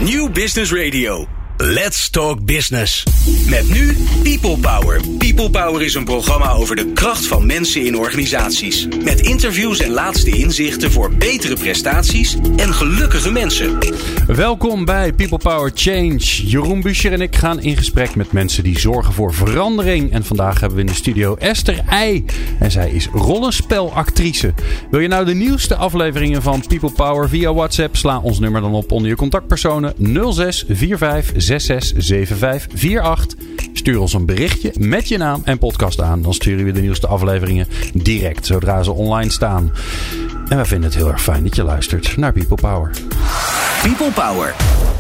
New Business Radio. Let's Talk Business. Met nu People Power. People Power is een programma over de kracht van mensen in organisaties. Met interviews en laatste inzichten voor betere prestaties en gelukkige mensen. Welkom bij People Power Change. Jeroen Buescher en ik gaan in gesprek met mensen die zorgen voor verandering. En vandaag hebben we in de studio Esther Eij. En zij is rollenspelactrice. Wil je nou de nieuwste afleveringen van People Power via WhatsApp? Sla ons nummer dan op onder je contactpersonen 06 45 66 75 48. Stuur ons een berichtje met je naam en podcast aan. Dan sturen we de nieuwste afleveringen direct zodra ze online staan. En wij vinden het heel erg fijn dat je luistert naar People Power. People Power.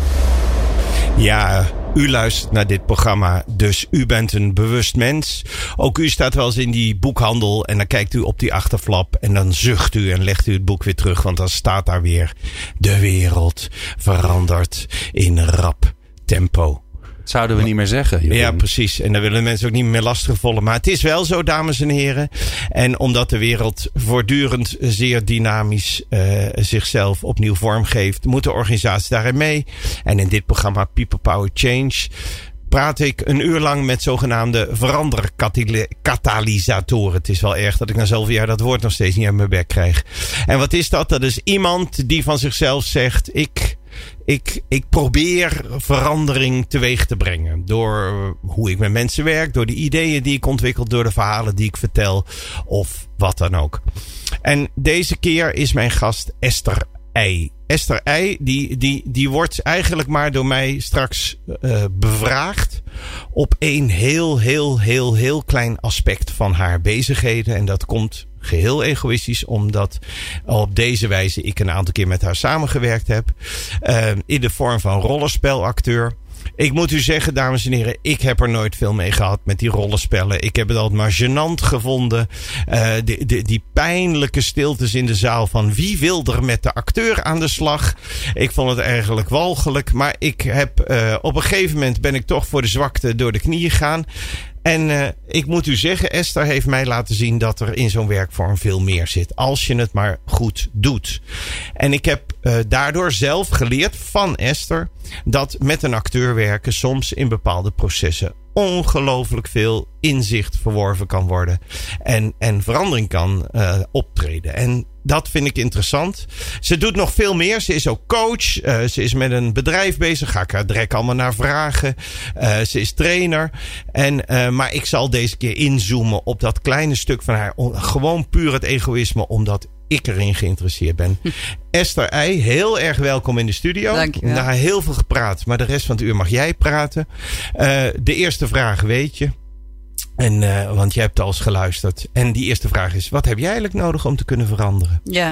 Ja, u luistert naar dit programma, dus u bent een bewust mens. Ook u staat wel eens in die boekhandel en dan kijkt u op die achterflap en dan zucht u en legt u het boek weer terug. Want dan staat daar weer: de wereld verandert in rap tempo. Zouden we niet meer zeggen. Jeroen. Ja, precies. En daar willen mensen ook niet meer lastigvallen. Maar het is wel zo, dames en heren. En omdat de wereld voortdurend zeer dynamisch zichzelf opnieuw vormgeeft, moeten organisaties daarin mee. En in dit programma People Power Change praat ik een uur lang met zogenaamde veranderkatalysatoren. Het is wel erg dat ik na zoveel jaar dat woord nog steeds niet uit mijn bek krijg. En wat is dat? Dat is iemand die van zichzelf zegt: Ik probeer verandering teweeg te brengen. Door hoe ik met mensen werk, door de ideeën die ik ontwikkel, door de verhalen die ik vertel of wat dan ook. En deze keer is mijn gast Esther Eij. Esther Eij, die wordt eigenlijk maar door mij straks bevraagd op een heel klein aspect van haar bezigheden. En dat komt geheel egoïstisch, omdat op deze wijze ik een aantal keer met haar samengewerkt heb. In de vorm van rollenspelacteur. Ik moet u zeggen, dames en heren, ik heb er nooit veel mee gehad met die rollenspellen. Ik heb het altijd maar gênant gevonden. Die pijnlijke stiltes in de zaal van wie wil er met de acteur aan de slag. Ik vond het eigenlijk walgelijk. Maar ik heb op een gegeven moment ben ik toch voor de zwakte door de knieën gegaan. En ik moet u zeggen, Esther heeft mij laten zien dat er in zo'n werkvorm veel meer zit. Als je het maar goed doet. En ik heb daardoor zelf geleerd van Esther dat met een acteur werken soms in bepaalde processen ongelooflijk veel inzicht verworven kan worden. En verandering kan optreden. En dat vind ik interessant. Ze doet nog veel meer. Ze is ook coach. Ze is met een bedrijf bezig. Ga ik haar direct allemaal naar vragen. Ze is trainer. Maar ik zal deze keer inzoomen op dat kleine stuk van haar. Gewoon puur het egoïsme, omdat ik erin geïnteresseerd ben. Esther Eij, heel erg welkom in de studio. Dankjewel. Na heel veel gepraat, maar de rest van het uur mag jij praten. De eerste vraag weet je. Want jij hebt al eens geluisterd. En die eerste vraag is: wat heb jij eigenlijk nodig om te kunnen veranderen? Ja.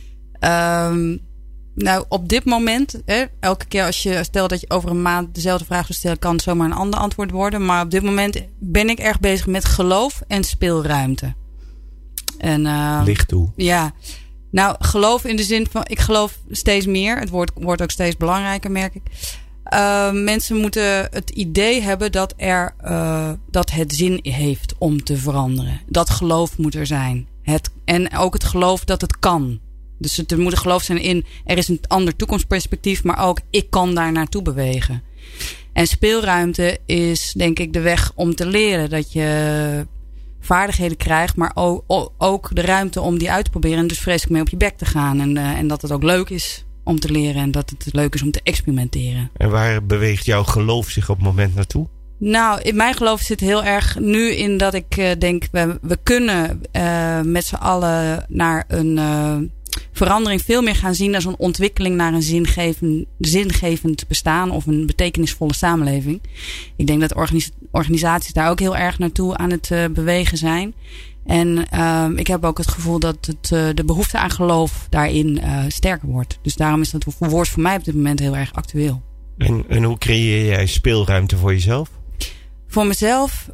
Nou, op dit moment, elke keer als je stelt dat je over een maand dezelfde vraag zou stellen, kan het zomaar een ander antwoord worden. Maar op dit moment ben ik erg bezig met geloof en speelruimte. Licht toe. Ja. Nou, geloof in de zin van, ik geloof steeds meer. Het wordt ook steeds belangrijker, merk ik. Mensen moeten het idee hebben dat het zin heeft om te veranderen. Dat geloof moet er zijn. En ook het geloof dat het kan. Dus er moet een geloof zijn in, er is een ander toekomstperspectief, maar ook ik kan daar naartoe bewegen. En speelruimte is denk ik de weg om te leren. Dat je vaardigheden krijgt, maar ook de ruimte om die uit te proberen. En dus vreselijk mee op je bek te gaan. En dat het ook leuk is om te leren en dat het leuk is om te experimenteren. En waar beweegt jouw geloof zich op het moment naartoe? Nou, in mijn geloof zit heel erg nu in dat ik denk, we kunnen met z'n allen naar een verandering veel meer gaan zien als een ontwikkeling naar een zingevend bestaan of een betekenisvolle samenleving. Ik denk dat organisaties daar ook heel erg naartoe aan het bewegen zijn. En ik heb ook het gevoel dat de behoefte aan geloof daarin sterker wordt. Dus daarom is dat woord voor mij op dit moment heel erg actueel. En hoe creëer jij speelruimte voor jezelf? Voor mezelf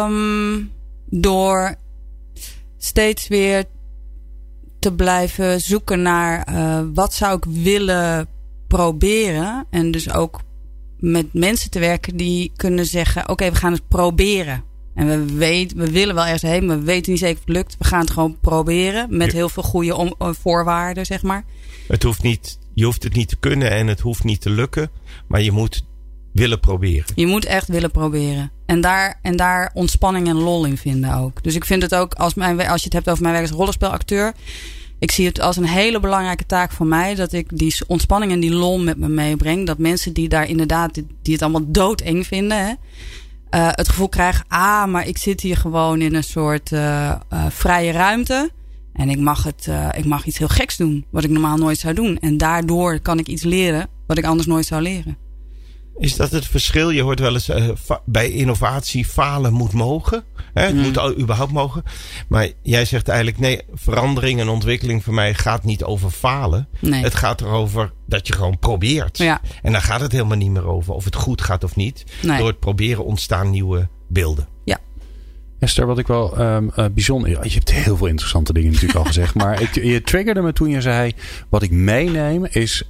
door steeds weer te blijven zoeken naar wat zou ik willen proberen. En dus ook met mensen te werken die kunnen zeggen, oké, we gaan het proberen. En we willen wel ergens heen, maar we weten niet zeker of het lukt. We gaan het gewoon proberen met heel veel goede voorwaarden, zeg maar. Het hoeft niet je hoeft het niet te kunnen en het hoeft niet te lukken. Maar je moet willen proberen. Je moet echt willen proberen. En daar ontspanning en lol in vinden ook. Dus ik vind het ook, als je het hebt over mijn werk als rollenspelacteur. Ik zie het als een hele belangrijke taak voor mij. Dat ik die ontspanning en die lol met me meebreng. Dat mensen die daar inderdaad, die het allemaal doodeng vinden. Hè, het gevoel krijgen, maar ik zit hier gewoon in een soort vrije ruimte. En ik mag iets heel geks doen. Wat ik normaal nooit zou doen. En daardoor kan ik iets leren wat ik anders nooit zou leren. Is dat het verschil? Je hoort wel eens bij innovatie falen moet mogen. Het moet al überhaupt mogen. Maar jij zegt eigenlijk nee, verandering en ontwikkeling voor mij gaat niet over falen. Nee. Het gaat erover dat je gewoon probeert. Ja. En dan gaat het helemaal niet meer over of het goed gaat of niet. Nee. Door het proberen ontstaan nieuwe beelden. Ja. Esther, wat ik wel bijzonder... Je hebt heel veel interessante dingen natuurlijk al gezegd. Maar je triggerde me toen je zei... Wat ik meeneem is...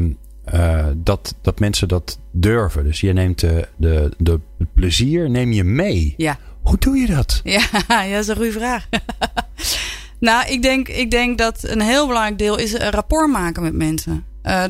dat mensen dat durven. Dus je neemt het plezier neem je mee. Ja. Hoe doe je dat? Ja, dat is een goede vraag. Nou, ik denk dat een heel belangrijk deel is een rapport maken met mensen.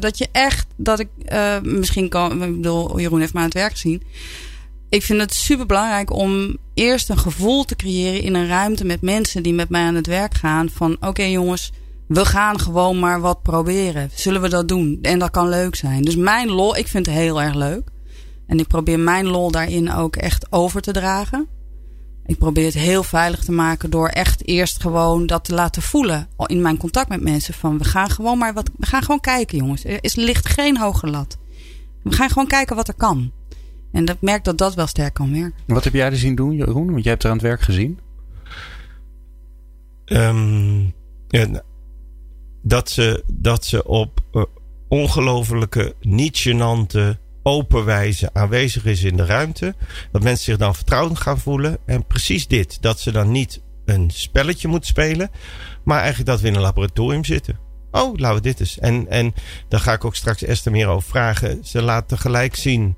Jeroen heeft mij aan het werk gezien. Ik vind het super belangrijk om eerst een gevoel te creëren in een ruimte met mensen die met mij aan het werk gaan. Van oké, jongens, we gaan gewoon maar wat proberen. Zullen we dat doen? En dat kan leuk zijn. Dus mijn lol, ik vind het heel erg leuk. En ik probeer mijn lol daarin ook echt over te dragen. Ik probeer het heel veilig te maken door echt eerst gewoon dat te laten voelen. In mijn contact met mensen van we gaan gewoon kijken, jongens. Er ligt geen hoge lat. We gaan gewoon kijken wat er kan. En ik merk dat dat wel sterk kan werken. Wat heb jij er zien doen, Jeroen? Want jij hebt er aan het werk gezien. Dat ze op ongelofelijke, niet gênante, open wijze aanwezig is in de ruimte. Dat mensen zich dan vertrouwd gaan voelen. En precies dit. Dat ze dan niet een spelletje moeten spelen. Maar eigenlijk dat we in een laboratorium zitten. Oh, laten we dit eens. En daar ga ik ook straks Esther meer over vragen. Ze laat tegelijk zien.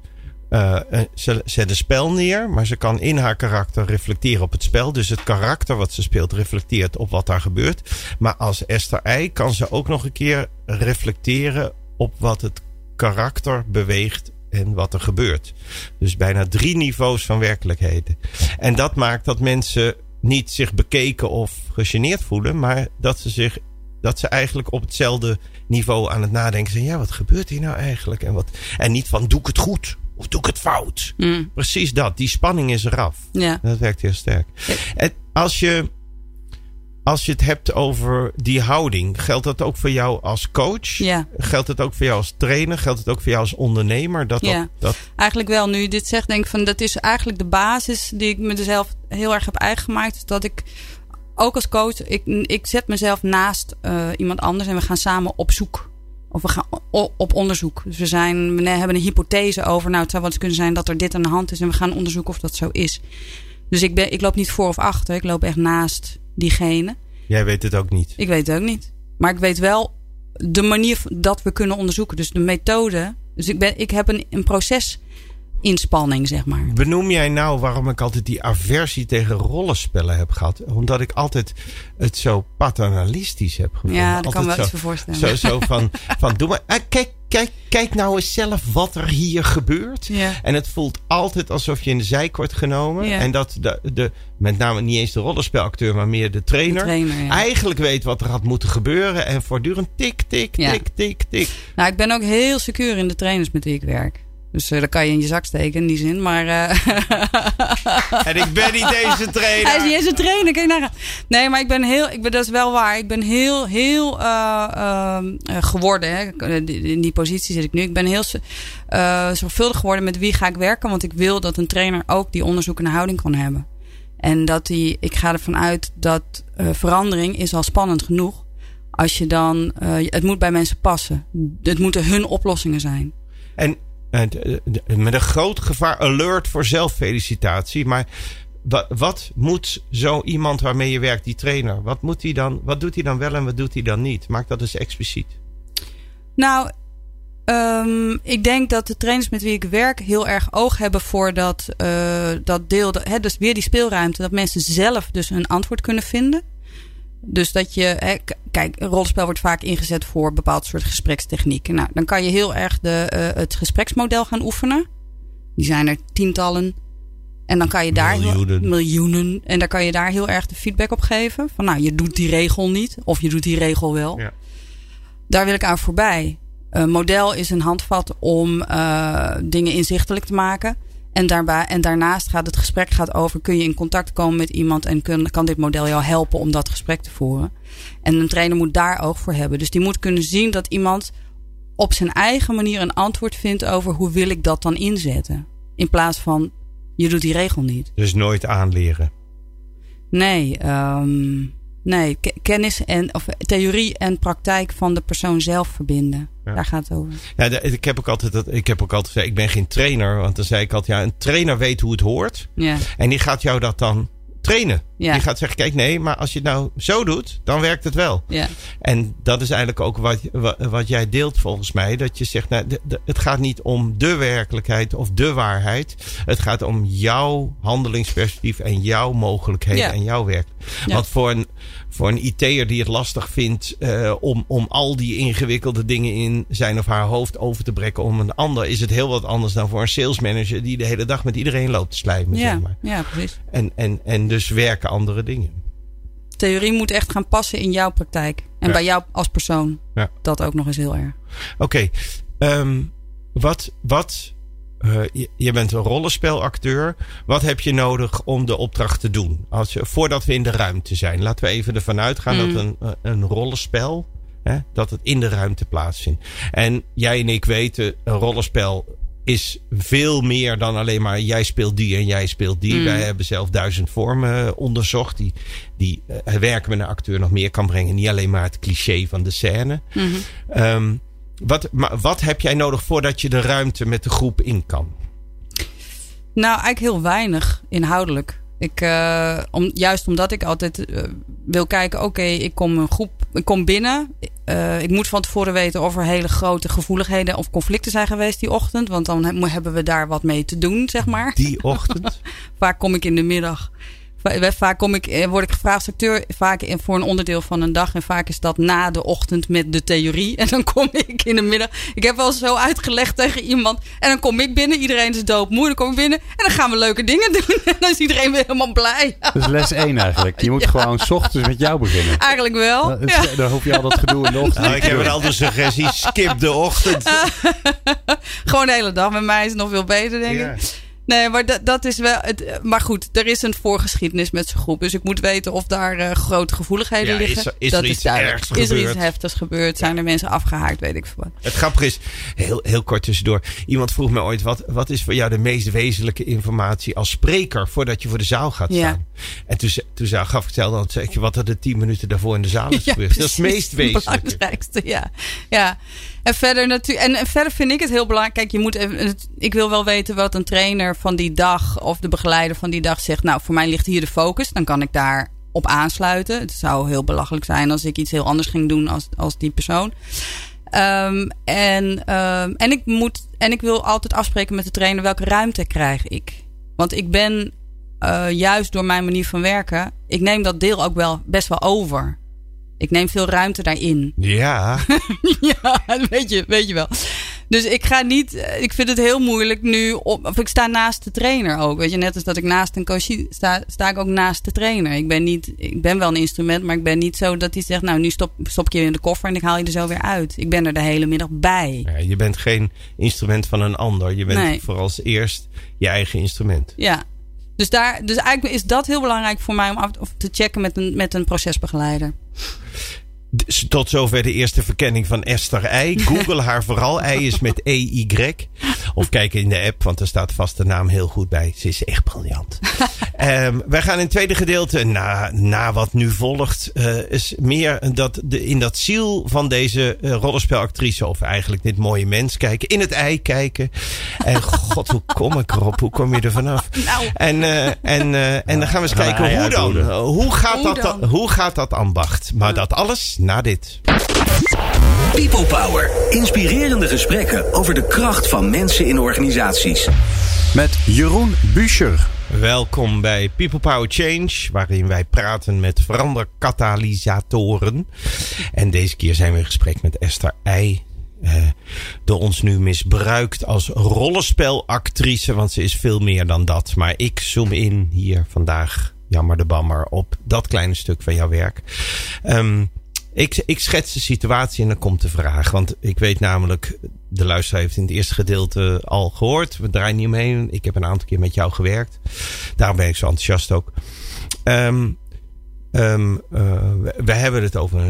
Ze zet een spel neer. Maar ze kan in haar karakter reflecteren op het spel. Dus het karakter wat ze speelt reflecteert op wat daar gebeurt. Maar als Esther Eij kan ze ook nog een keer reflecteren op wat het karakter beweegt en wat er gebeurt. Dus bijna 3 niveaus van werkelijkheden. En dat maakt dat mensen niet zich bekeken of gegeneerd voelen, maar dat ze eigenlijk op hetzelfde niveau aan het nadenken zijn. Ja, wat gebeurt hier nou eigenlijk? En niet van, doe ik het goed? Of doe ik het fout? Precies dat. Die spanning is eraf. Ja. Dat werkt heel sterk. En als je het hebt over die houding, geldt dat ook voor jou als coach? Ja. Geldt het ook voor jou als trainer? Geldt het ook voor jou als ondernemer? Eigenlijk wel. Nu je dit zegt, denk ik van dat is eigenlijk de basis die ik mezelf heel erg heb eigen gemaakt. Dus dat ik ook als coach, ik zet mezelf naast iemand anders en we gaan samen op zoek. Of we gaan op onderzoek. Dus we hebben een hypothese over, het zou wel eens kunnen zijn dat er dit aan de hand is en we gaan onderzoeken of dat zo is. Dus ik loop niet voor of achter. Ik loop echt naast diegene. Jij weet het ook niet. Ik weet het ook niet. Maar ik weet wel de manier dat we kunnen onderzoeken. Dus de methode. Dus ik heb een procesinspanning, zeg maar. Benoem jij nou waarom ik altijd die aversie tegen rollenspellen heb gehad? Omdat ik altijd het zo paternalistisch heb gevonden. Ja, dat kan me wel iets voor voorstellen. Zo van doe maar. Kijk nou eens zelf wat er hier gebeurt. Ja. En het voelt altijd alsof je in de zijk wordt genomen. Ja. En dat met name niet eens de rollenspelacteur, maar meer de trainer eigenlijk weet wat er had moeten gebeuren. En voortdurend tik. Nou, ik ben ook heel secuur in de trainers met wie ik werk. Dus dat kan je in je zak steken in die zin. Maar, En ik ben niet deze trainer. Hij is niet eens een trainer. Kijk naar. Nee, maar dat is wel waar. Ik ben heel geworden. Hè. In die positie zit ik nu. Ik ben heel zorgvuldig geworden met wie ga ik werken. Want ik wil dat een trainer ook die onderzoekende houding kan hebben. En ik ga ervan uit dat verandering is al spannend genoeg. Als je dan, het moet bij mensen passen. Het moeten hun oplossingen zijn. En met een groot gevaar, alert voor zelffelicitatie. Maar wat moet zo iemand waarmee je werkt, die trainer, wat doet hij dan wel en wat doet hij dan niet? Maak dat eens expliciet. Nou, ik denk dat de trainers met wie ik werk heel erg oog hebben voor dat deel. Dus weer die speelruimte, dat mensen zelf dus een antwoord kunnen vinden. Dus dat je... Kijk, een rollenspel wordt vaak ingezet voor bepaald soort gesprekstechnieken. Nou, dan kan je heel erg het gespreksmodel gaan oefenen. Die zijn er tientallen. En dan kan je daar... Miljoenen. En daar kan je daar heel erg de feedback op geven. Van je doet die regel niet. Of je doet die regel wel. Ja. Daar wil ik aan voorbij. Een model is een handvat om dingen inzichtelijk te maken. En daarnaast gaat het gesprek over... kun je in contact komen met iemand... en kan dit model jou helpen om dat gesprek te voeren. En een trainer moet daar oog voor hebben. Dus die moet kunnen zien dat iemand... op zijn eigen manier een antwoord vindt... over hoe wil ik dat dan inzetten. In plaats van... je doet die regel niet. Dus nooit aanleren? Nee, kennis of theorie en praktijk van de persoon zelf verbinden. Ja. Daar gaat het over. Ja, ik heb ook altijd gezegd, ik ben geen trainer. Want dan zei ik altijd, een trainer weet hoe het hoort. Ja. En die gaat jou dat dan trainen. Ja. Die gaat zeggen, kijk, nee, maar als je het nou zo doet, dan werkt het wel. Ja. En dat is eigenlijk ook wat jij deelt volgens mij. Dat je zegt, het gaat niet om de werkelijkheid of de waarheid. Het gaat om jouw handelingsperspectief en jouw mogelijkheden en jouw werk. Ja. Want voor een IT'er die het lastig vindt om al die ingewikkelde dingen in zijn of haar hoofd over te brekken om een ander, is het heel wat anders dan voor een salesmanager die de hele dag met iedereen loopt te slijmen. Ja, zeg maar. Ja, precies. En dus werken andere dingen. Theorie moet echt gaan passen in jouw praktijk. En bij jou als persoon. Ja. Dat ook nog eens heel erg. Oké. Je bent een rollenspelacteur. Wat heb je nodig om de opdracht te doen? Voordat we in de ruimte zijn. Laten we even ervan uitgaan dat een rollenspel... dat het in de ruimte plaatsvindt. En jij en ik weten, een rollenspel is veel meer dan alleen maar jij speelt die en jij speelt die. Wij hebben zelf 1000 vormen onderzocht die werken met een acteur nog meer kan brengen. Niet alleen maar het cliché van de scène. Mm-hmm. Wat heb jij nodig voordat je de ruimte met de groep in kan? Nou, eigenlijk heel weinig inhoudelijk. Juist omdat ik altijd wil kijken, oké, ik kom binnen. Ik moet van tevoren weten of er hele grote gevoeligheden of conflicten zijn geweest die ochtend. Want dan hebben we daar wat mee te doen, zeg maar. Die ochtend? Vaak kom ik in de middag. Vaak word ik gevraagd als acteur vaak voor een onderdeel van een dag. En vaak is dat na de ochtend met de theorie. En dan kom ik in de middag. Ik heb wel zo uitgelegd tegen iemand. En dan kom ik binnen. Iedereen is doodmoe. Dan kom ik binnen. En dan gaan we leuke dingen doen. En dan is iedereen weer helemaal blij. Dat is les 1 eigenlijk. Je moet gewoon 's ochtends met jou beginnen. Eigenlijk wel. Dan hoef je al dat gedoe in de ochtend. Ik heb al de suggestie. Skip de ochtend. Gewoon de hele dag. Met mij is het nog veel beter, denk ik. Nee, maar dat is wel... Maar goed, er is een voorgeschiedenis met zijn groep. Dus ik moet weten of daar grote gevoeligheden liggen. Is er iets ergs gebeurd? Is er iets heftigs gebeurd? Zijn er mensen afgehaakt? Weet ik veel wat. Het grappige is, heel kort tussendoor. Iemand vroeg me ooit, wat is voor jou de meest wezenlijke informatie als spreker voordat je voor de zaal gaat staan? En toen gaf ik hetzelfde antwoord. Wat er de 10 minuten daarvoor in de zaal is gebeurd. Dat is het meest wezenlijke. Het belangrijkste, ja. En verder natuurlijk. En verder vind ik het heel belangrijk. Kijk, ik wil wel weten wat een trainer van die dag of de begeleider van die dag zegt. Nou, voor mij ligt hier de focus. Dan kan ik daar op aansluiten. Het zou heel belachelijk zijn als ik iets heel anders ging doen als die persoon. En ik wil altijd afspreken met de trainer welke ruimte krijg ik. Want ik ben juist door mijn manier van werken. Ik neem dat deel ook wel best wel over. Ik neem veel ruimte daarin. Ja. Ja, weet je wel. Dus ik ga niet... Ik vind het heel moeilijk nu... Of ik sta naast de trainer ook. Weet je, net als dat ik naast een coach sta ik ook naast de trainer. Ik ben wel een instrument, maar ik ben niet zo dat hij zegt... Nou, nu stop ik je in de koffer en ik haal je er zo weer uit. Ik ben er de hele middag bij. Ja, je bent geen instrument van een ander. Je bent vooral eerst je eigen instrument. Ja. Dus eigenlijk is dat heel belangrijk voor mij om te checken met een procesbegeleider. Tot zover de eerste verkenning van Esther Eij. Google haar vooral. Eij is met EY. Of kijk in de app, want daar staat vast de naam heel goed bij. Ze is echt briljant. Wij gaan in het tweede gedeelte, na wat nu volgt, is meer in dat ziel van deze rollenspelactrice, of eigenlijk dit mooie mens kijken. In het ei kijken. En god, hoe kom ik erop? Hoe kom je er vanaf? Nou. En dan gaan we eens kijken, hoe dan? Hoe gaat dat ambacht? Maar dat alles na dit. People Power. Inspirerende gesprekken over de kracht van mensen in organisaties. Met Jeroen Buescher. Welkom bij People Power Change, waarin wij praten met veranderkatalysatoren. En deze keer zijn we in gesprek met Esther Eij. Door ons nu misbruikt als rollenspelactrice, want ze is veel meer dan dat. Maar ik zoom in hier vandaag, jammer de bammer, op dat kleine stuk van jouw werk. Ik schets de situatie en dan komt de vraag. Want ik weet namelijk, de luisteraar heeft in het eerste gedeelte al gehoord. We draaien niet omheen. Ik heb een aantal keer met jou gewerkt. Daarom ben ik zo enthousiast ook. We hebben het over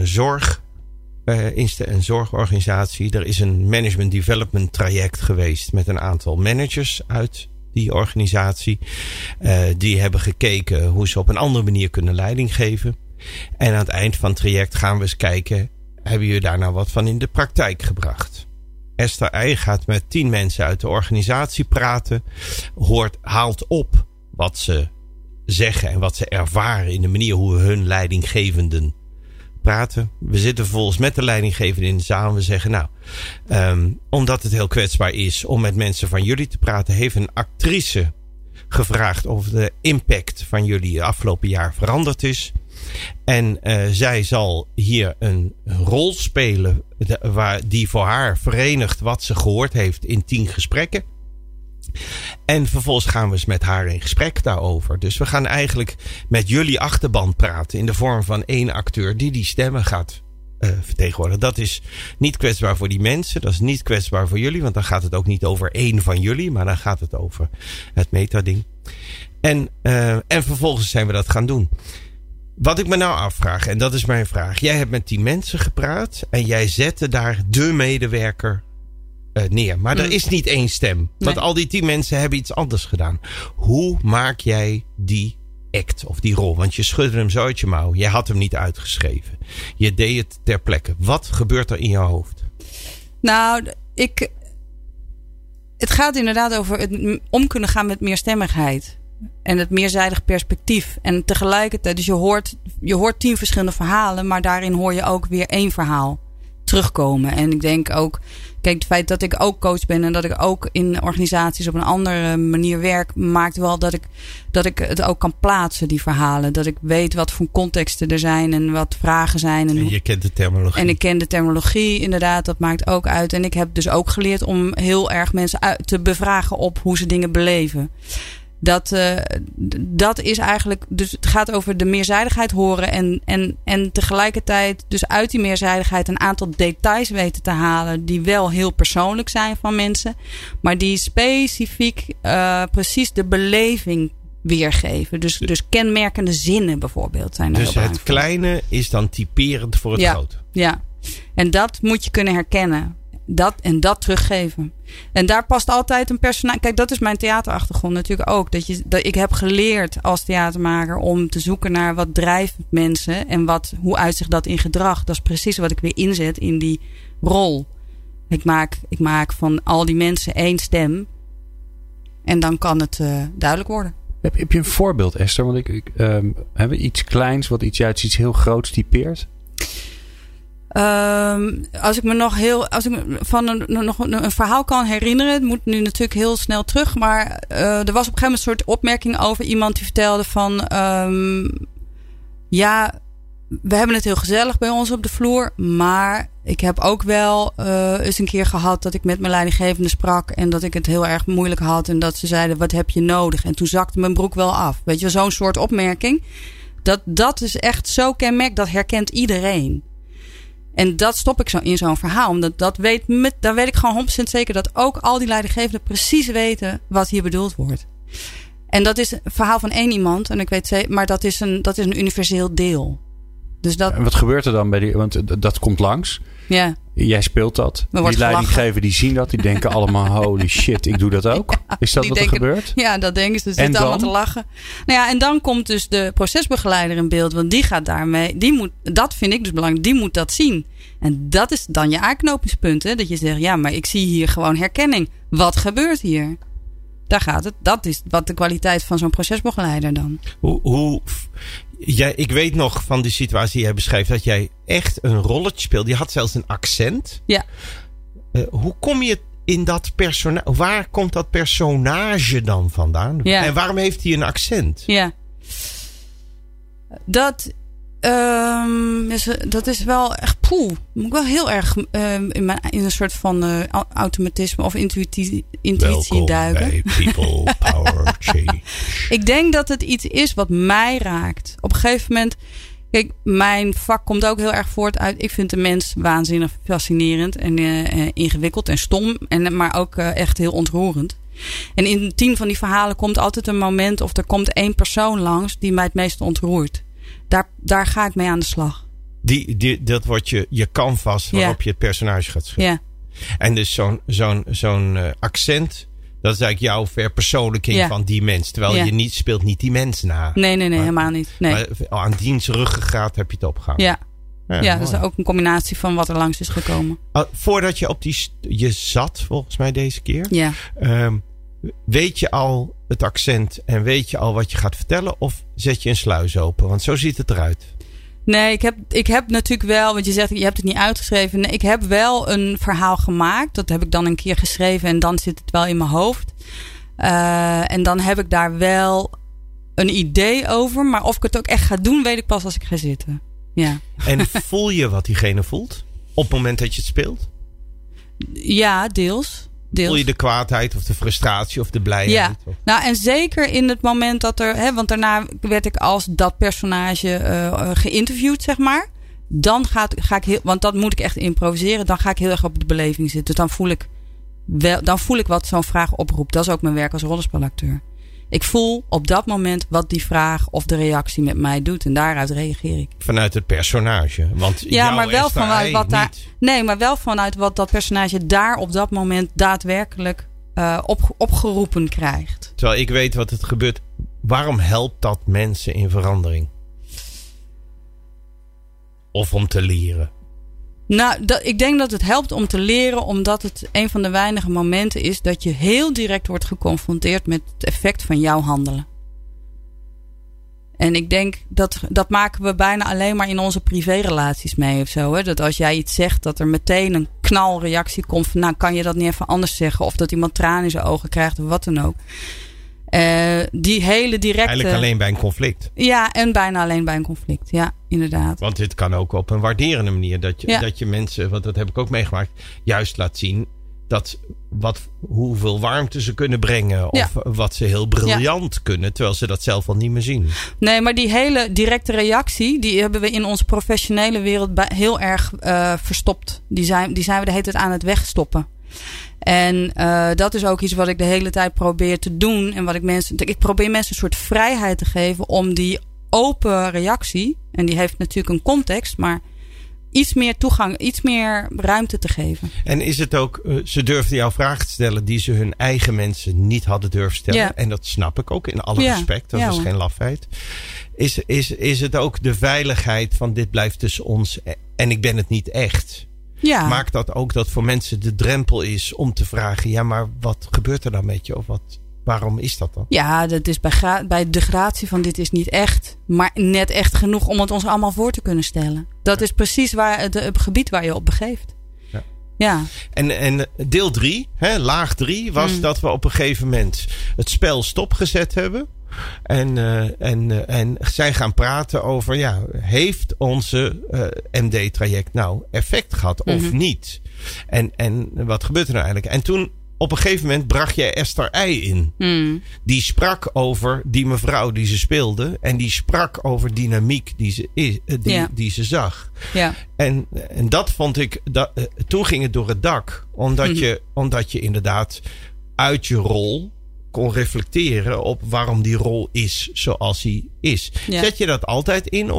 een zorgorganisatie. Er is een management development traject geweest met een aantal managers uit die organisatie. Die hebben gekeken hoe ze op een andere manier kunnen leiding geven. En aan het eind van het traject gaan we eens kijken, hebben jullie daar nou wat van in de praktijk gebracht? Esther Eij gaat met 10 mensen uit de organisatie praten, haalt op wat ze zeggen en wat ze ervaren in de manier hoe hun leidinggevenden praten. We zitten vervolgens met de leidinggevende in de zaal en we zeggen, omdat het heel kwetsbaar is om met mensen van jullie te praten, heeft een actrice gevraagd of de impact van jullie afgelopen jaar veranderd is. En zij zal hier een rol spelen die voor haar verenigt wat ze gehoord heeft in 10 gesprekken. En vervolgens gaan we eens met haar in gesprek daarover. Dus we gaan eigenlijk met jullie achterban praten in de vorm van 1 acteur die stemmen gaat vertegenwoordigen. Dat is niet kwetsbaar voor die mensen. Dat is niet kwetsbaar voor jullie. Want dan gaat het ook niet over 1 van jullie. Maar dan gaat het over het metading. En vervolgens zijn we dat gaan doen. Wat ik me nou afvraag, en dat is mijn vraag. Jij hebt met die mensen gepraat en jij zette daar de medewerker neer. Maar er is niet 1 stem. Want al die 10 mensen hebben iets anders gedaan. Hoe maak jij die act of die rol? Want je schudde hem zo uit je mouw. Je had hem niet uitgeschreven. Je deed het ter plekke. Wat gebeurt er in je hoofd? Nou, het gaat inderdaad over het om kunnen gaan met meerstemmigheid. En het meerzijdig perspectief. En tegelijkertijd, dus je hoort 10 verschillende verhalen, maar daarin hoor je ook weer 1 verhaal terugkomen. En ik denk ook, kijk, het feit dat ik ook coach ben en dat ik ook in organisaties op een andere manier werk, maakt wel dat ik het ook kan plaatsen, die verhalen. Dat ik weet wat voor contexten er zijn en wat vragen zijn. En je kent de terminologie. En ik ken de terminologie, inderdaad, dat maakt ook uit. En ik heb dus ook geleerd om heel erg mensen te bevragen op hoe ze dingen beleven. Dat is eigenlijk, dus het gaat over de meerzijdigheid horen en tegelijkertijd dus uit die meerzijdigheid een aantal details weten te halen die wel heel persoonlijk zijn van mensen, maar die specifiek precies de beleving weergeven. Dus kenmerkende zinnen bijvoorbeeld zijn er. Dus het kleine is dan typerend voor het grote. Ja, en dat moet je kunnen herkennen. Dat teruggeven. En daar past altijd een personage. Kijk, dat is mijn theaterachtergrond natuurlijk ook. Dat ik heb geleerd als theatermaker om te zoeken naar wat drijft mensen en hoe uitzicht dat in gedrag. Dat is precies wat ik weer inzet in die rol. Ik maak van al die mensen 1 stem. En dan kan het duidelijk worden. Heb je een voorbeeld, Esther? Want hebben we iets kleins wat iets heel groots typeert? Als ik me van een verhaal kan herinneren, het moet nu natuurlijk heel snel terug, maar er was op een gegeven moment een soort opmerking over iemand die vertelde van, we hebben het heel gezellig bij ons op de vloer, maar ik heb ook wel eens een keer gehad dat ik met mijn leidinggevende sprak en dat ik het heel erg moeilijk had en dat ze zeiden, wat heb je nodig? En toen zakte mijn broek wel af. Weet je, zo'n soort opmerking. Dat is echt zo kenmerkend, dat herkent iedereen. En dat stop ik zo in zo'n verhaal. Omdat dan weet ik gewoon 100% zeker dat ook al die leidinggevenden precies weten wat hier bedoeld wordt. En dat is een verhaal van 1 iemand. En ik weet zeker, maar dat is een universeel deel. Dus dat... En wat gebeurt er dan bij die? Want dat komt langs. Ja. Jij speelt dat. Die leidinggevenden die zien dat. Die denken allemaal, holy shit, ik doe dat ook. Is dat wat er gebeurt? Ja, dat denken ze. Ze zitten allemaal te lachen. Nou ja, en dan komt dus de procesbegeleider in beeld. Want die gaat daarmee. Dat vind ik dus belangrijk. Die moet dat zien. En dat is dan je aanknopingspunt. Hè? Dat je zegt, ja, maar ik zie hier gewoon herkenning. Wat gebeurt hier? Daar gaat het. Dat is wat de kwaliteit van zo'n procesbegeleider dan. Ik weet nog van de situatie die jij beschrijft dat jij echt een rolletje speelde. Je had zelfs een accent. Ja. Hoe kom je in dat personage? Waar komt dat personage dan vandaan? Ja. En waarom heeft hij een accent? Ja. Dat is wel echt moet ik wel heel erg in een soort van automatisme of intuïtie duiken. Bij People Power Change. Ik denk dat het iets is wat mij raakt. Op een gegeven moment, kijk, mijn vak komt ook heel erg voort uit. Ik vind de mens waanzinnig fascinerend en ingewikkeld en stom, maar ook echt heel ontroerend. En in 10 van die verhalen komt altijd een moment of er komt 1 persoon langs die mij het meest ontroert. Daar ga ik mee aan de slag. Dat wordt je canvas waarop je het personage gaat schrijven. Ja. En dus zo'n accent, dat is eigenlijk jouw verpersoonlijking van die mens. Terwijl je speelt niet die mens na. Nee, helemaal niet. Nee. Maar aan diens ruggengraat heb je het opgehaald. Ja, dat is ook een combinatie van wat er langs is gekomen. Voordat je je zat, volgens mij deze keer. Ja. Weet je al het accent en weet je al wat je gaat vertellen? Of zet je een sluis open? Want zo ziet het eruit. Nee, ik heb natuurlijk wel, want je zegt je hebt het niet uitgeschreven. Nee, ik heb wel een verhaal gemaakt. Dat heb ik dan een keer geschreven en dan zit het wel in mijn hoofd. En dan heb ik daar wel een idee over. Maar of ik het ook echt ga doen, weet ik pas als ik ga zitten. Ja. En voel je wat diegene voelt op het moment dat je het speelt? Ja, deels. Voel je de kwaadheid of de frustratie of de blijheid? Ja, nou en zeker in het moment dat er... want daarna werd ik als dat personage geïnterviewd, zeg maar. Dan ga ik want dat moet ik echt improviseren. Dan ga ik heel erg op de beleving zitten. Dus dan voel ik wat zo'n vraag oproept. Dat is ook mijn werk als rollenspelacteur. Ik voel op dat moment wat die vraag of de reactie met mij doet. En daaruit reageer ik. Vanuit het personage. Want ja, maar wel vanuit wat daar. Nee, maar wel vanuit wat dat personage daar op dat moment daadwerkelijk opgeroepen krijgt. Terwijl ik weet wat het gebeurt. Waarom helpt dat mensen in verandering? Of om te leren? Nou, ik denk dat het helpt om te leren, omdat het een van de weinige momenten is dat je heel direct wordt geconfronteerd met het effect van jouw handelen. En ik denk dat maken we bijna alleen maar in onze privérelaties mee of zo. Hè? Dat als jij iets zegt, dat er meteen een knalreactie komt van, nou, kan je dat niet even anders zeggen? Of dat iemand tranen in zijn ogen krijgt of wat dan ook. Die hele directe... Eigenlijk alleen bij een conflict. Ja, en bijna alleen bij een conflict. Ja, inderdaad. Want dit kan ook op een waarderende manier. Dat je mensen, want dat heb ik ook meegemaakt, juist laat zien hoeveel warmte ze kunnen brengen. Of wat ze heel briljant kunnen. Terwijl ze dat zelf al niet meer zien. Nee, maar die hele directe reactie, die hebben we in onze professionele wereld heel erg verstopt. Die zijn we de hele tijd aan het wegstoppen. En dat is ook iets wat ik de hele tijd probeer te doen. En wat ik probeer mensen een soort vrijheid te geven om die open reactie, en die heeft natuurlijk een context, maar iets meer toegang, iets meer ruimte te geven. En is het ook, ze durfden jou vragen te stellen die ze hun eigen mensen niet hadden durven stellen. Ja. En dat snap ik ook in alle respect. Dat is geen lafheid. Is het ook de veiligheid van dit blijft tussen ons en ik ben het niet echt? Ja. Maakt dat ook dat voor mensen de drempel is om te vragen, ja, maar wat gebeurt er dan met je? Of waarom is dat dan? Ja, dat is bij de gratie van dit is niet echt, maar net echt genoeg om het ons allemaal voor te kunnen stellen. Dat is precies het gebied waar je op begeeft. Ja. En deel 3, laag 3, was dat we op een gegeven moment het spel stopgezet hebben. En zij gaan praten over, heeft onze MD-traject nou effect gehad of niet? En wat gebeurt er nou eigenlijk? En toen op een gegeven moment bracht jij Esther I in. Die sprak over die mevrouw die ze speelde. En die sprak over dynamiek die ze zag. Ja. En dat vond ik, toen ging het door het dak. Omdat je inderdaad uit je rol kon reflecteren op waarom die rol is zoals hij is. Ja. Zet je dat altijd in?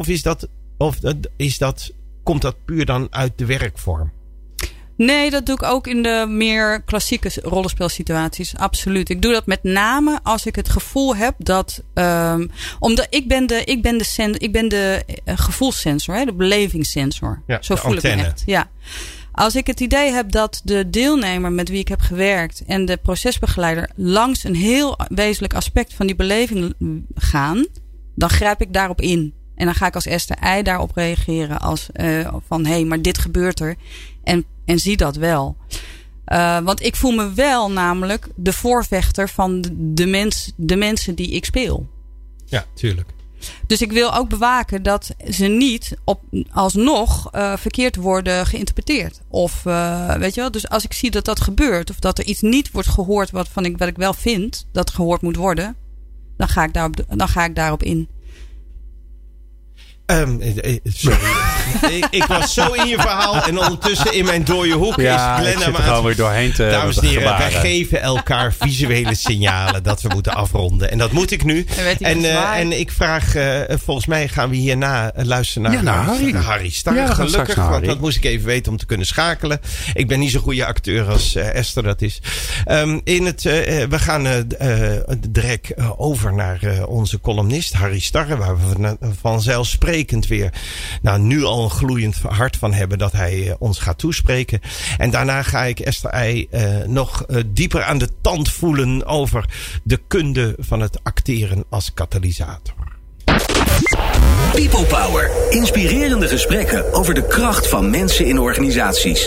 Of komt dat puur dan uit de werkvorm? Nee, dat doe ik ook in de meer klassieke rollenspelsituaties. Absoluut. Ik doe dat met name als ik het gevoel heb dat, omdat ik ben de gevoelssensor, de belevingssensor. Ja, zo voel antenne. Ik me echt. Ja. Als ik het idee heb dat de deelnemer met wie ik heb gewerkt en de procesbegeleider langs een heel wezenlijk aspect van die beleving gaan, dan grijp ik daarop in. En dan ga ik als Esther I daarop reageren als van hé, maar dit gebeurt er. En zie dat wel. Want ik voel me wel namelijk de voorvechter van de mensen die ik speel. Ja, tuurlijk. Dus ik wil ook bewaken dat ze niet alsnog verkeerd worden geïnterpreteerd. Of weet je wel, dus als ik zie dat dat gebeurt, of dat er iets niet wordt gehoord wat ik wel vind dat gehoord moet worden, dan ga ik daarop in. Sorry. Ik was zo in je verhaal en ondertussen in mijn dode hoek is Glenn er gewoon weer doorheen te Dames en heren, wij geven elkaar visuele signalen dat we moeten afronden. En dat moet ik nu. En ik vraag, volgens mij gaan we hierna luisteren naar Harry Starre. Ja, gelukkig, want dat moest ik even weten om te kunnen schakelen. Ik ben niet zo'n goede acteur als Esther dat is. We gaan direct over naar onze columnist Harry Starre, waar we vanzelfsprekend weer nu al een gloeiend hart van hebben dat hij ons gaat toespreken. En daarna ga ik Esther I nog dieper aan de tand voelen over de kunde van het acteren als katalysator. People Power. Inspirerende gesprekken over de kracht van mensen in organisaties.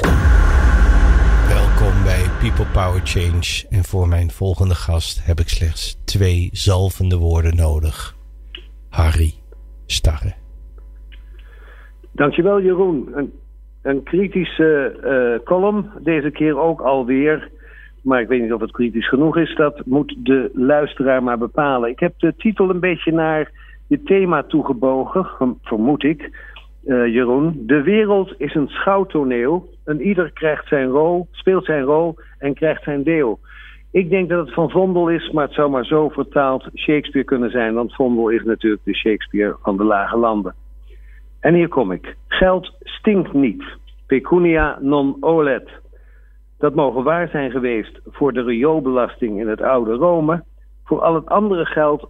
Welkom bij People Power Change. En voor mijn volgende gast heb ik slechts 2 zalvende woorden nodig. Harry Starre. Dankjewel Jeroen. Een kritische column, deze keer ook alweer. Maar ik weet niet of het kritisch genoeg is. Dat moet de luisteraar maar bepalen. Ik heb de titel een beetje naar je thema toegebogen, vermoed ik, Jeroen. De wereld is een schouwtoneel. En ieder krijgt zijn rol, speelt zijn rol en krijgt zijn deel. Ik denk dat het van Vondel is, maar het zou maar zo vertaald Shakespeare kunnen zijn. Want Vondel is natuurlijk de Shakespeare van de lage landen. En hier kom ik. Geld stinkt niet. Pecunia non olet. Dat mogen waar zijn geweest voor de rioolbelasting in het oude Rome. Voor al het andere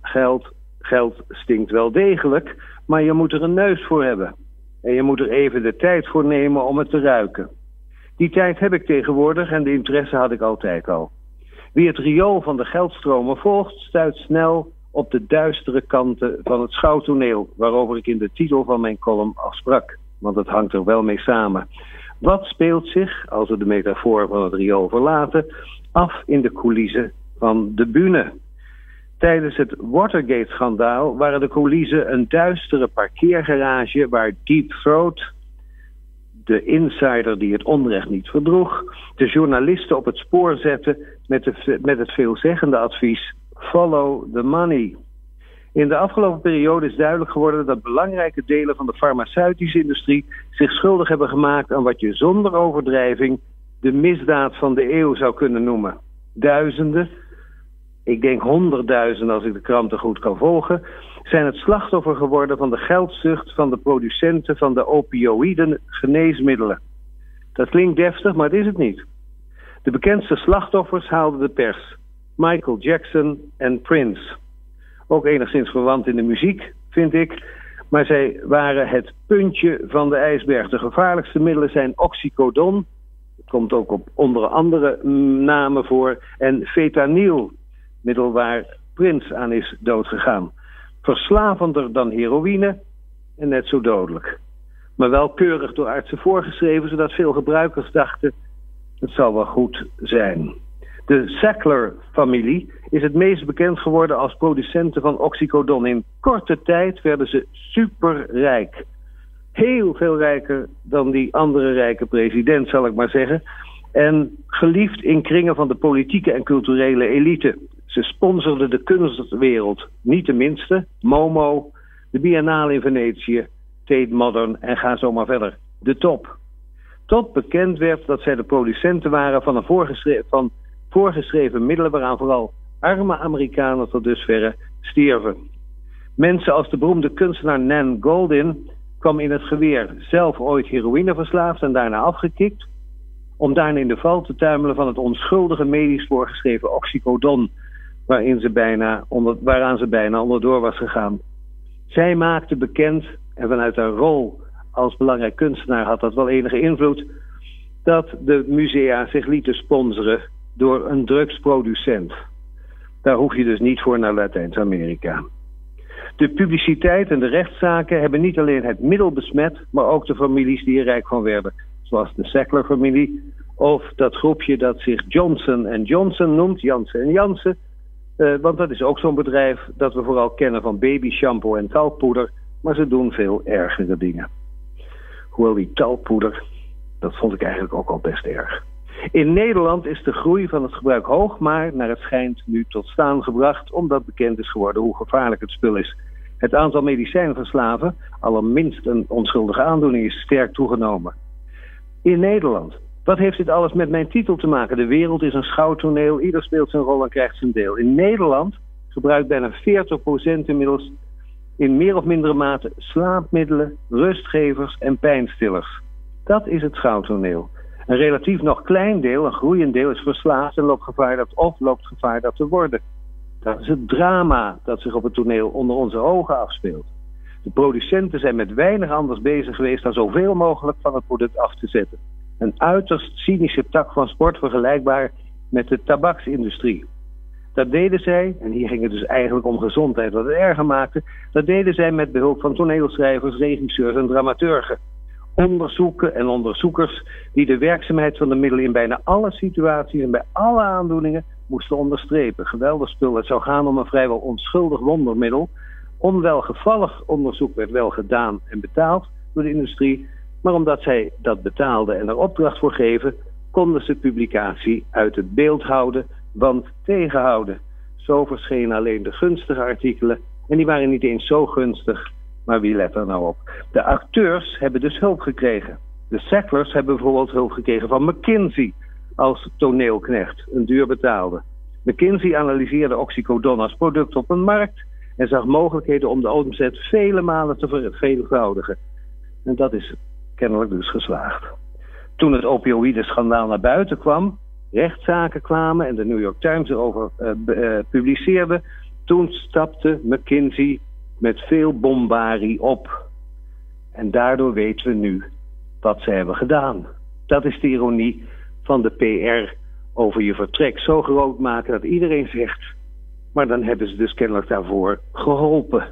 geld stinkt wel degelijk, maar je moet er een neus voor hebben. En je moet er even de tijd voor nemen om het te ruiken. Die tijd heb ik tegenwoordig en de interesse had ik altijd al. Wie het riool van de geldstromen volgt, stuit snel op de duistere kanten van het schouwtoneel, waarover ik in de titel van mijn column al sprak. Want het hangt er wel mee samen. Wat speelt zich, als we de metafoor van het riool verlaten, af in de coulissen van de bühne? Tijdens het Watergate-schandaal waren de coulissen een duistere parkeergarage waar Deep Throat, de insider die het onrecht niet verdroeg, de journalisten op het spoor zette met het veelzeggende advies: follow the money. In de afgelopen periode is duidelijk geworden dat belangrijke delen van de farmaceutische industrie zich schuldig hebben gemaakt aan wat je zonder overdrijving de misdaad van de eeuw zou kunnen noemen. Duizenden, ik denk 100.000 als ik de kranten goed kan volgen, zijn het slachtoffer geworden van de geldzucht van de producenten van de opioïden geneesmiddelen. Dat klinkt deftig, maar het is het niet. De bekendste slachtoffers haalden de pers: Michael Jackson en Prince. Ook enigszins verwant in de muziek, vind ik. Maar zij waren het puntje van de ijsberg. De gevaarlijkste middelen zijn oxycodon. Het komt ook op onder andere namen voor. En fentanyl, middel waar Prince aan is doodgegaan. Verslavender dan heroïne en net zo dodelijk. Maar wel keurig door artsen voorgeschreven, zodat veel gebruikers dachten: het zal wel goed zijn. De Sackler-familie is het meest bekend geworden als producenten van oxycodon. In korte tijd werden ze superrijk. Heel veel rijker dan die andere rijke president, zal ik maar zeggen. En geliefd in kringen van de politieke en culturele elite. Ze sponsorden de kunstwereld, niet de minste. Momo, de Biennale in Venetië, Tate Modern en ga zo maar verder. De top. Tot bekend werd dat zij de producenten waren van voorgeschreven middelen waaraan vooral arme Amerikanen tot dusverre stierven. Mensen als de beroemde kunstenaar Nan Goldin kwam in het geweer, zelf ooit heroïne verslaafd en daarna afgekikt, om daarna in de val te tuimelen van het onschuldige medisch voorgeschreven oxycodon, waaraan ze bijna onderdoor was gegaan. Zij maakte bekend, en vanuit haar rol als belangrijk kunstenaar had dat wel enige invloed, dat de musea zich lieten sponsoren door een drugsproducent. Daar hoef je dus niet voor naar Latijns-Amerika. De publiciteit en de rechtszaken hebben niet alleen het middel besmet, maar ook de families die er rijk van werden. Zoals de Sackler-familie of dat groepje dat zich Johnson & Johnson noemt, Janssen & Janssen. Want dat is ook zo'n bedrijf dat we vooral kennen van baby shampoo en talkpoeder. Maar ze doen veel ergere dingen. Hoewel die talkpoeder, dat vond ik eigenlijk ook al best erg. In Nederland is de groei van het gebruik hoog, maar naar het schijnt nu tot staan gebracht, omdat bekend is geworden hoe gevaarlijk het spul is. Het aantal medicijnverslaven, allerminst een onschuldige aandoening, is sterk toegenomen. In Nederland. Wat heeft dit alles met mijn titel te maken? De wereld is een schouwtoneel, ieder speelt zijn rol en krijgt zijn deel. In Nederland gebruikt bijna 40% inmiddels in meer of mindere mate slaapmiddelen, rustgevers en pijnstillers. Dat is het schouwtoneel. Een relatief nog klein deel, een groeiend deel, is verslaafd en loopt gevaar dat te worden. Dat is het drama dat zich op het toneel onder onze ogen afspeelt. De producenten zijn met weinig anders bezig geweest dan zoveel mogelijk van het product af te zetten. Een uiterst cynische tak van sport vergelijkbaar met de tabaksindustrie. Dat deden zij, en hier ging het dus eigenlijk om gezondheid wat het erger maakte, dat deden zij met behulp van toneelschrijvers, regisseurs en dramaturgen. Onderzoeken en onderzoekers die de werkzaamheid van de middelen in bijna alle situaties en bij alle aandoeningen moesten onderstrepen. Geweldig spul. Het zou gaan om een vrijwel onschuldig wondermiddel. Onwelgevallig onderzoek werd wel gedaan en betaald door de industrie, maar omdat zij dat betaalden en er opdracht voor geven, konden ze publicatie uit het beeld houden, want tegenhouden. Zo verschenen alleen de gunstige artikelen en die waren niet eens zo gunstig. Maar wie let er nou op? De acteurs hebben dus hulp gekregen. De Sacklers hebben bijvoorbeeld hulp gekregen van McKinsey als toneelknecht, een duur betaalde. McKinsey analyseerde oxycodon als product op een markt en zag mogelijkheden om de omzet vele malen te verveelvoudigen. En dat is kennelijk dus geslaagd. Toen het opioïdenschandaal naar buiten kwam, rechtszaken kwamen en de New York Times erover publiceerde, toen stapte McKinsey met veel bombarie op. En daardoor weten we nu wat ze hebben gedaan. Dat is de ironie van de PR over je vertrek. Zo groot maken dat iedereen zegt, maar dan hebben ze dus kennelijk daarvoor geholpen.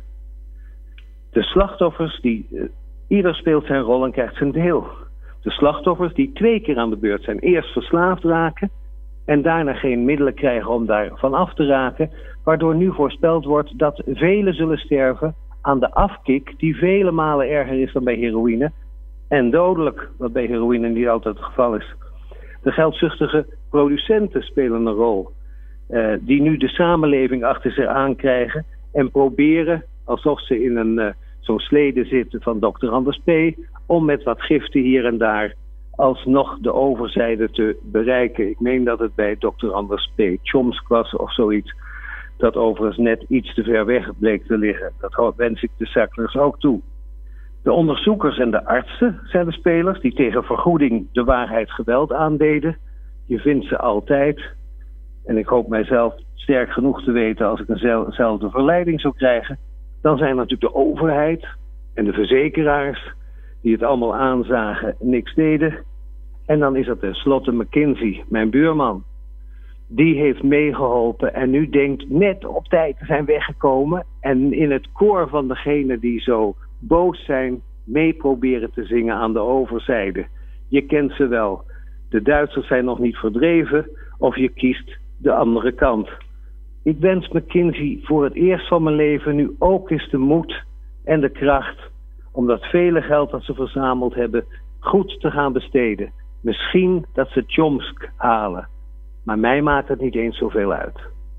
De slachtoffers, ieder speelt zijn rol en krijgt zijn deel. De slachtoffers die 2 keer aan de beurt zijn. Eerst verslaafd raken en daarna geen middelen krijgen om daarvan af te raken, waardoor nu voorspeld wordt dat velen zullen sterven aan de afkick die vele malen erger is dan bij heroïne en dodelijk, wat bij heroïne niet altijd het geval is. De geldzuchtige producenten spelen een rol, die nu de samenleving achter zich aankrijgen en proberen, alsof ze in zo'n slede zitten van Dr. Anders P., om met wat giften hier en daar alsnog de overzijde te bereiken. Ik meen dat het bij Dr. Anders P. Chomsk was of zoiets, dat overigens net iets te ver weg bleek te liggen. Dat wens ik de Sacklers ook toe. De onderzoekers en de artsen zijn de spelers die tegen vergoeding de waarheid geweld aandeden. Je vindt ze altijd. En ik hoop mijzelf sterk genoeg te weten als ik eenzelfde verleiding zou krijgen. Dan zijn er natuurlijk de overheid en de verzekeraars die het allemaal aanzagen en niks deden. En dan is er tenslotte McKinsey, mijn buurman. Die heeft meegeholpen en nu denkt net op tijd te zijn weggekomen en in het koor van degenen die zo boos zijn mee proberen te zingen aan de overzijde. Je kent ze wel. De Duitsers zijn nog niet verdreven of je kiest de andere kant. Ik wens McKinsey voor het eerst van mijn leven nu ook eens de moed en de kracht om dat vele geld dat ze verzameld hebben goed te gaan besteden. Misschien dat ze Chomsk halen. Maar mij maakt het niet eens zoveel uit.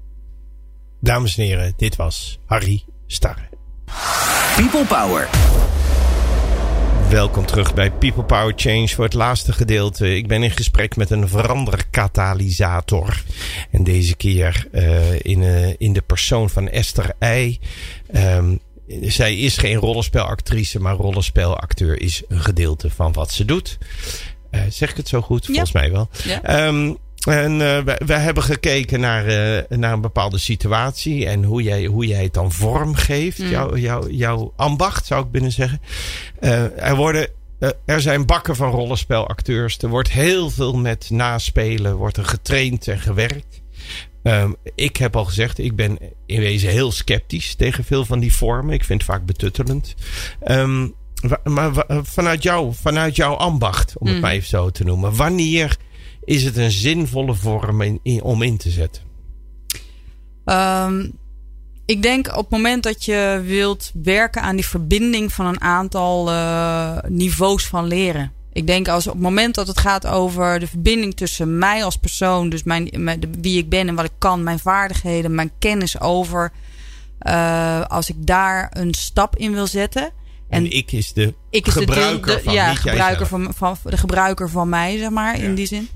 Dames en heren, dit was Harry Starre. People Power. Welkom terug bij People Power Change voor het laatste gedeelte. Ik ben in gesprek met een veranderkatalysator. En deze keer in de persoon van Esther I. Zij is geen rollenspelactrice, maar rollenspelacteur is een gedeelte van wat ze doet. Zeg ik het zo goed? Ja. Volgens mij wel. Ja. En we hebben gekeken naar een bepaalde situatie en hoe jij het dan vorm geeft. Jouw ambacht, zou ik binnen zeggen. Er zijn bakken van rollenspelacteurs. Er wordt heel veel met naspelen, wordt er getraind en gewerkt. Ik heb al gezegd, ik ben in wezen heel sceptisch tegen veel van die vormen. Ik vind het vaak betuttelend. Maar vanuit jouw ambacht, om het maar even zo te noemen. Wanneer is het een zinvolle vorm om in te zetten? Ik denk op het moment dat je wilt werken aan die verbinding van een aantal niveaus van leren. Ik denk op het moment dat het gaat over de verbinding tussen mij als persoon, dus wie ik ben en wat ik kan, mijn vaardigheden, mijn kennis over. Als ik daar een stap in wil zetten. En ik is de gebruiker van ja, de gebruiker van mij, zeg maar, in die zin.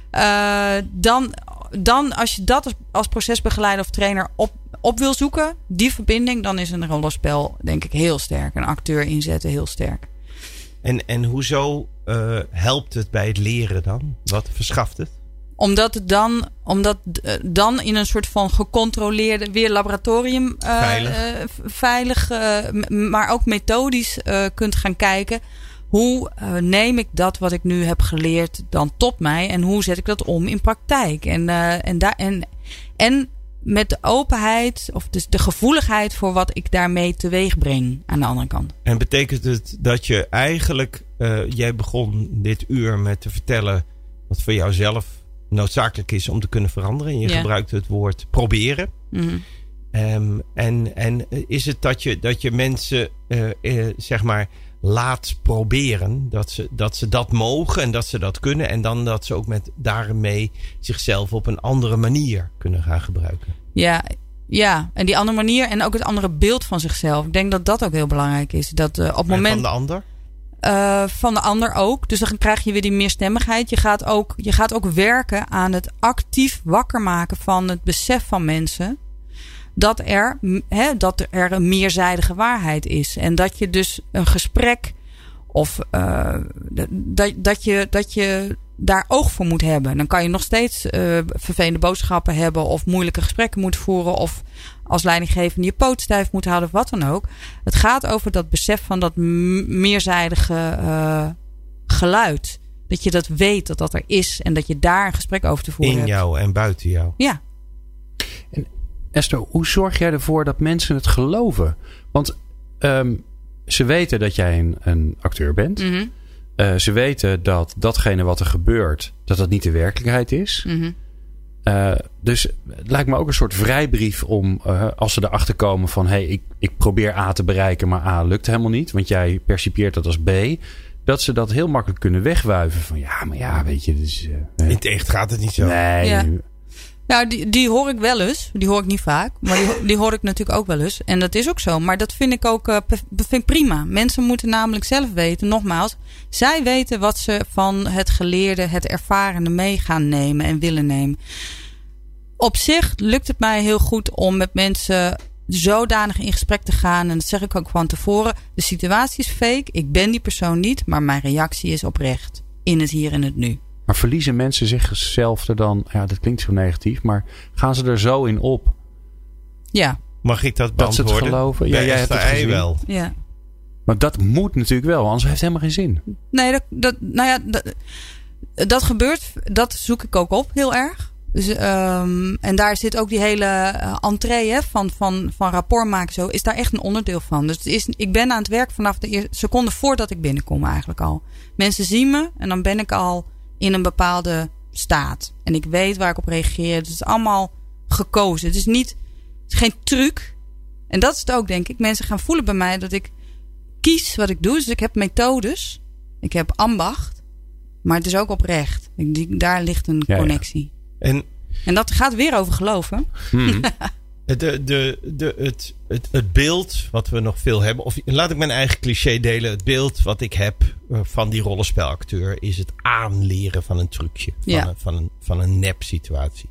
Dan als je dat als procesbegeleider of trainer op wil zoeken, die verbinding, dan is een rollenspel denk ik heel sterk. Een acteur inzetten heel sterk. En hoezo helpt het bij het leren dan? Wat verschaft het? Omdat dan in een soort van gecontroleerde, weer laboratorium veilig maar ook methodisch kunt gaan kijken. Hoe neem ik dat wat ik nu heb geleerd dan tot mij en hoe zet ik dat om in praktijk? En met de openheid of dus de gevoeligheid voor wat ik daarmee teweeg breng aan de andere kant. En betekent het dat je eigenlijk, jij begon dit uur met te vertellen wat voor jou zelf noodzakelijk is om te kunnen veranderen. En je gebruikt het woord proberen. Mm-hmm. En is het dat je mensen zeg maar laat proberen. Dat ze dat mogen en dat ze dat kunnen. En dan dat ze ook daarmee zichzelf op een andere manier kunnen gaan gebruiken. Ja, en die andere manier en ook het andere beeld van zichzelf. Ik denk dat dat ook heel belangrijk is. Dat op het moment van de ander? Van de ander ook. Dus dan krijg je weer die meerstemmigheid. Je gaat ook werken aan het actief wakker maken van het besef van mensen. Dat er een meerzijdige waarheid is. En dat je dus een gesprek of dat je daar oog voor moet hebben. Dan kan je nog steeds vervelende boodschappen hebben of moeilijke gesprekken moeten voeren of als leidinggevende je poot stijf moet houden of wat dan ook. Het gaat over dat besef van dat meerzijdige geluid. Dat je dat weet dat er is en dat je daar een gesprek over te voeren hebt. In jou en buiten jou. Ja. En Esther, hoe zorg jij ervoor dat mensen het geloven? Want ze weten dat jij een acteur bent. Mm-hmm. Ze weten dat datgene wat er gebeurt, dat niet de werkelijkheid is. Mm-hmm. Dus het lijkt me ook een soort vrijbrief om, als ze erachter komen van hey, ik probeer A te bereiken, maar A lukt helemaal niet. Want jij percipieert dat als B. Dat ze dat heel makkelijk kunnen wegwuiven. Van ja, weet je. Dus, in het echt gaat het niet zo. Nee. Ja. Nou, die hoor ik wel eens. Die hoor ik niet vaak. Maar die hoor ik natuurlijk ook wel eens. En dat is ook zo. Maar dat vind ik ook prima. Mensen moeten namelijk zelf weten. Nogmaals, zij weten wat ze van het geleerde, het ervarende mee gaan nemen en willen nemen. Op zich lukt het mij heel goed om met mensen zodanig in gesprek te gaan. En dat zeg ik ook van tevoren. De situatie is fake. Ik ben die persoon niet. Maar mijn reactie is oprecht. In het hier en het nu. Maar verliezen mensen zichzelf er dan... Ja, dat klinkt zo negatief. Maar gaan ze er zo in op? Ja. Mag ik dat beantwoorden? Dat ze het geloven? Ja, jij hebt het gezien. Wel. Ja. Maar dat moet natuurlijk wel. Anders heeft het helemaal geen zin. Nee, dat gebeurt. Dat zoek ik ook op heel erg. Dus, en daar zit ook die hele entree van rapport maken. Zo is daar echt een onderdeel van. Dus ik ben aan het werk vanaf de eerste seconde voordat ik binnenkom eigenlijk al. Mensen zien me en dan ben ik al in een bepaalde staat. En ik weet waar ik op reageer. Het is allemaal gekozen. Het is geen truc. En dat is het ook, denk ik. Mensen gaan voelen bij mij dat ik kies wat ik doe. Dus ik heb methodes. Ik heb ambacht. Maar het is ook oprecht. Daar ligt een connectie. Ja. En dat gaat weer over geloven. Het beeld wat we nog veel hebben. Of laat ik mijn eigen cliché delen. Het beeld wat ik heb van die rollenspelacteur is het aanleren van een trucje. Van een nep situatie.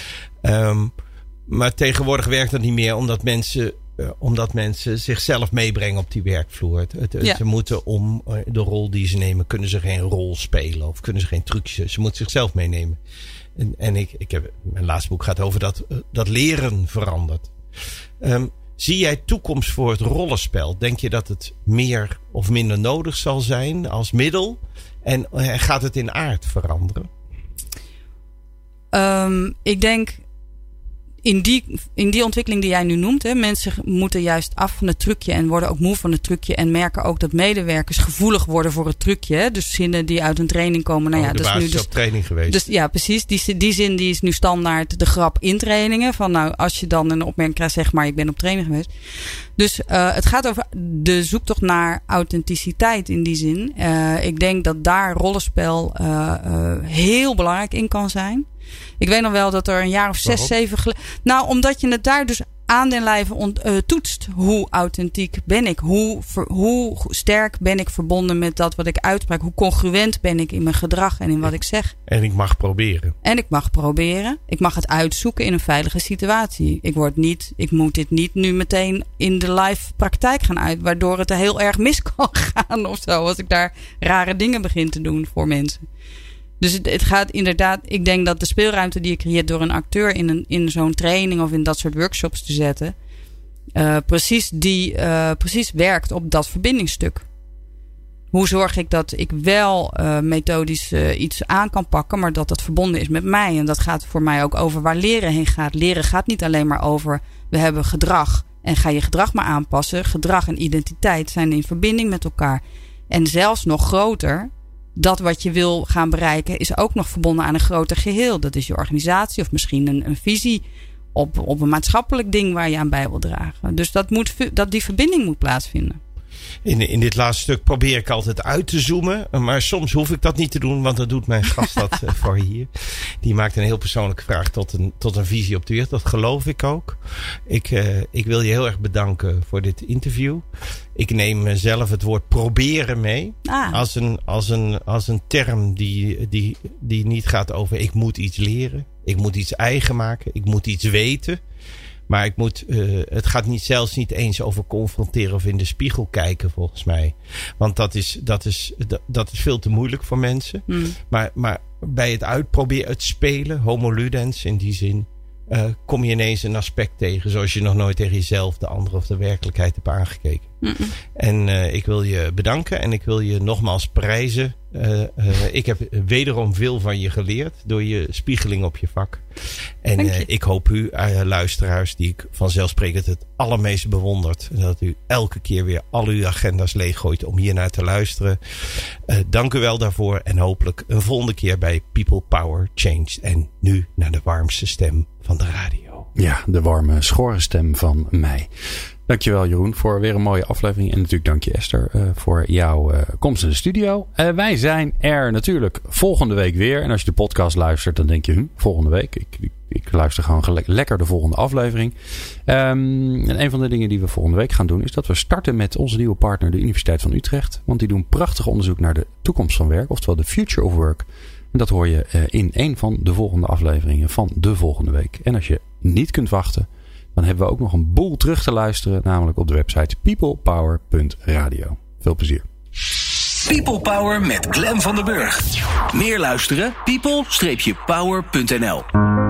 Maar tegenwoordig werkt dat niet meer omdat mensen zichzelf meebrengen op die werkvloer. Ze moeten om de rol die ze nemen, kunnen ze geen rol spelen of kunnen ze geen trucjes. Ze moeten zichzelf meenemen. En mijn laatste boek gaat over dat leren verandert. Zie jij toekomst voor het rollenspel? Denk je dat het meer of minder nodig zal zijn als middel? En gaat het in aard veranderen? Ik denk in die ontwikkeling die jij nu noemt, hè, mensen moeten juist af van het trucje en worden ook moe van het trucje en merken ook dat medewerkers gevoelig worden voor het trucje. Hè. Dus zinnen die uit een training komen. Nou ja, de basis is op training geweest. Dus ja, precies. Die zin die is nu standaard de grap in trainingen. Van nou, als je dan een opmerking krijgt, zeg maar, ik ben op training geweest. Dus het gaat over de zoektocht naar authenticiteit in die zin. Ik denk dat daar rollenspel heel belangrijk in kan zijn. Ik weet nog wel dat er een jaar of 6, 7 geleden... Nou, omdat je het daar dus aan den lijve toetst. Hoe authentiek ben ik? Hoe sterk ben ik verbonden met dat wat ik uitspraak? Hoe congruent ben ik in mijn gedrag en in wat ik zeg? En ik mag proberen. Ik mag het uitzoeken in een veilige situatie. Ik moet dit niet nu meteen in de live praktijk gaan uit. Waardoor het er heel erg mis kan gaan of zo. Als ik daar rare dingen begin te doen voor mensen. Dus het gaat inderdaad, ik denk dat de speelruimte die je creëert door een acteur in zo'n training of in dat soort workshops te zetten, precies werkt op dat verbindingsstuk. Hoe zorg ik dat ik wel methodisch iets aan kan pakken, maar dat dat verbonden is met mij. En dat gaat voor mij ook over waar leren heen gaat. Leren gaat niet alleen maar over, we hebben gedrag en ga je gedrag maar aanpassen. Gedrag en identiteit zijn in verbinding met elkaar. En zelfs nog groter, dat wat je wil gaan bereiken is ook nog verbonden aan een groter geheel. Dat is je organisatie of misschien een visie op een maatschappelijk ding waar je aan bij wil dragen. Dus die verbinding moet plaatsvinden. In dit laatste stuk probeer ik altijd uit te zoomen. Maar soms hoef ik dat niet te doen. Want dan doet mijn gast dat voor hier. Die maakt een heel persoonlijke vraag tot een visie op de wereld. Dat geloof ik ook. Ik wil je heel erg bedanken voor dit interview. Ik neem zelf het woord proberen mee. Als een term die niet gaat over ik moet iets leren. Ik moet iets eigen maken. Ik moet iets weten. Maar het gaat zelfs niet eens over confronteren of in de spiegel kijken, volgens mij. Want dat is veel te moeilijk voor mensen. Maar bij het uitproberen, het spelen, homo ludens in die zin, kom je ineens een aspect tegen zoals je nog nooit tegen jezelf, de ander of de werkelijkheid hebt aangekeken. En ik wil je bedanken en ik wil je nogmaals prijzen. Ik heb wederom veel van je geleerd door je spiegeling op je vak. En ik hoop u, luisteraars, die ik vanzelfsprekend het allermeest bewondert, dat u elke keer weer al uw agenda's leeggooit om hiernaar te luisteren. Dank u wel daarvoor en hopelijk een volgende keer bij People Power Change. En nu naar de warmste stem van de radio. Ja, de warme, schorre stem van mij. Dankjewel Jeroen voor weer een mooie aflevering. En natuurlijk dank je Esther voor jouw komst in de studio. Wij zijn er natuurlijk volgende week weer. En als je de podcast luistert dan denk je volgende week. Ik luister gewoon lekker de volgende aflevering. En een van de dingen die we volgende week gaan doen is dat we starten met onze nieuwe partner de Universiteit van Utrecht. Want die doen prachtig onderzoek naar de toekomst van werk. Oftewel de Future of Work. En dat hoor je in een van de volgende afleveringen van de volgende week. En als je niet kunt wachten, dan hebben we ook nog een boel terug te luisteren. Namelijk op de website peoplepower.radio. Veel plezier. People Power met Glenn van den Burg. Meer luisteren? people-power.nl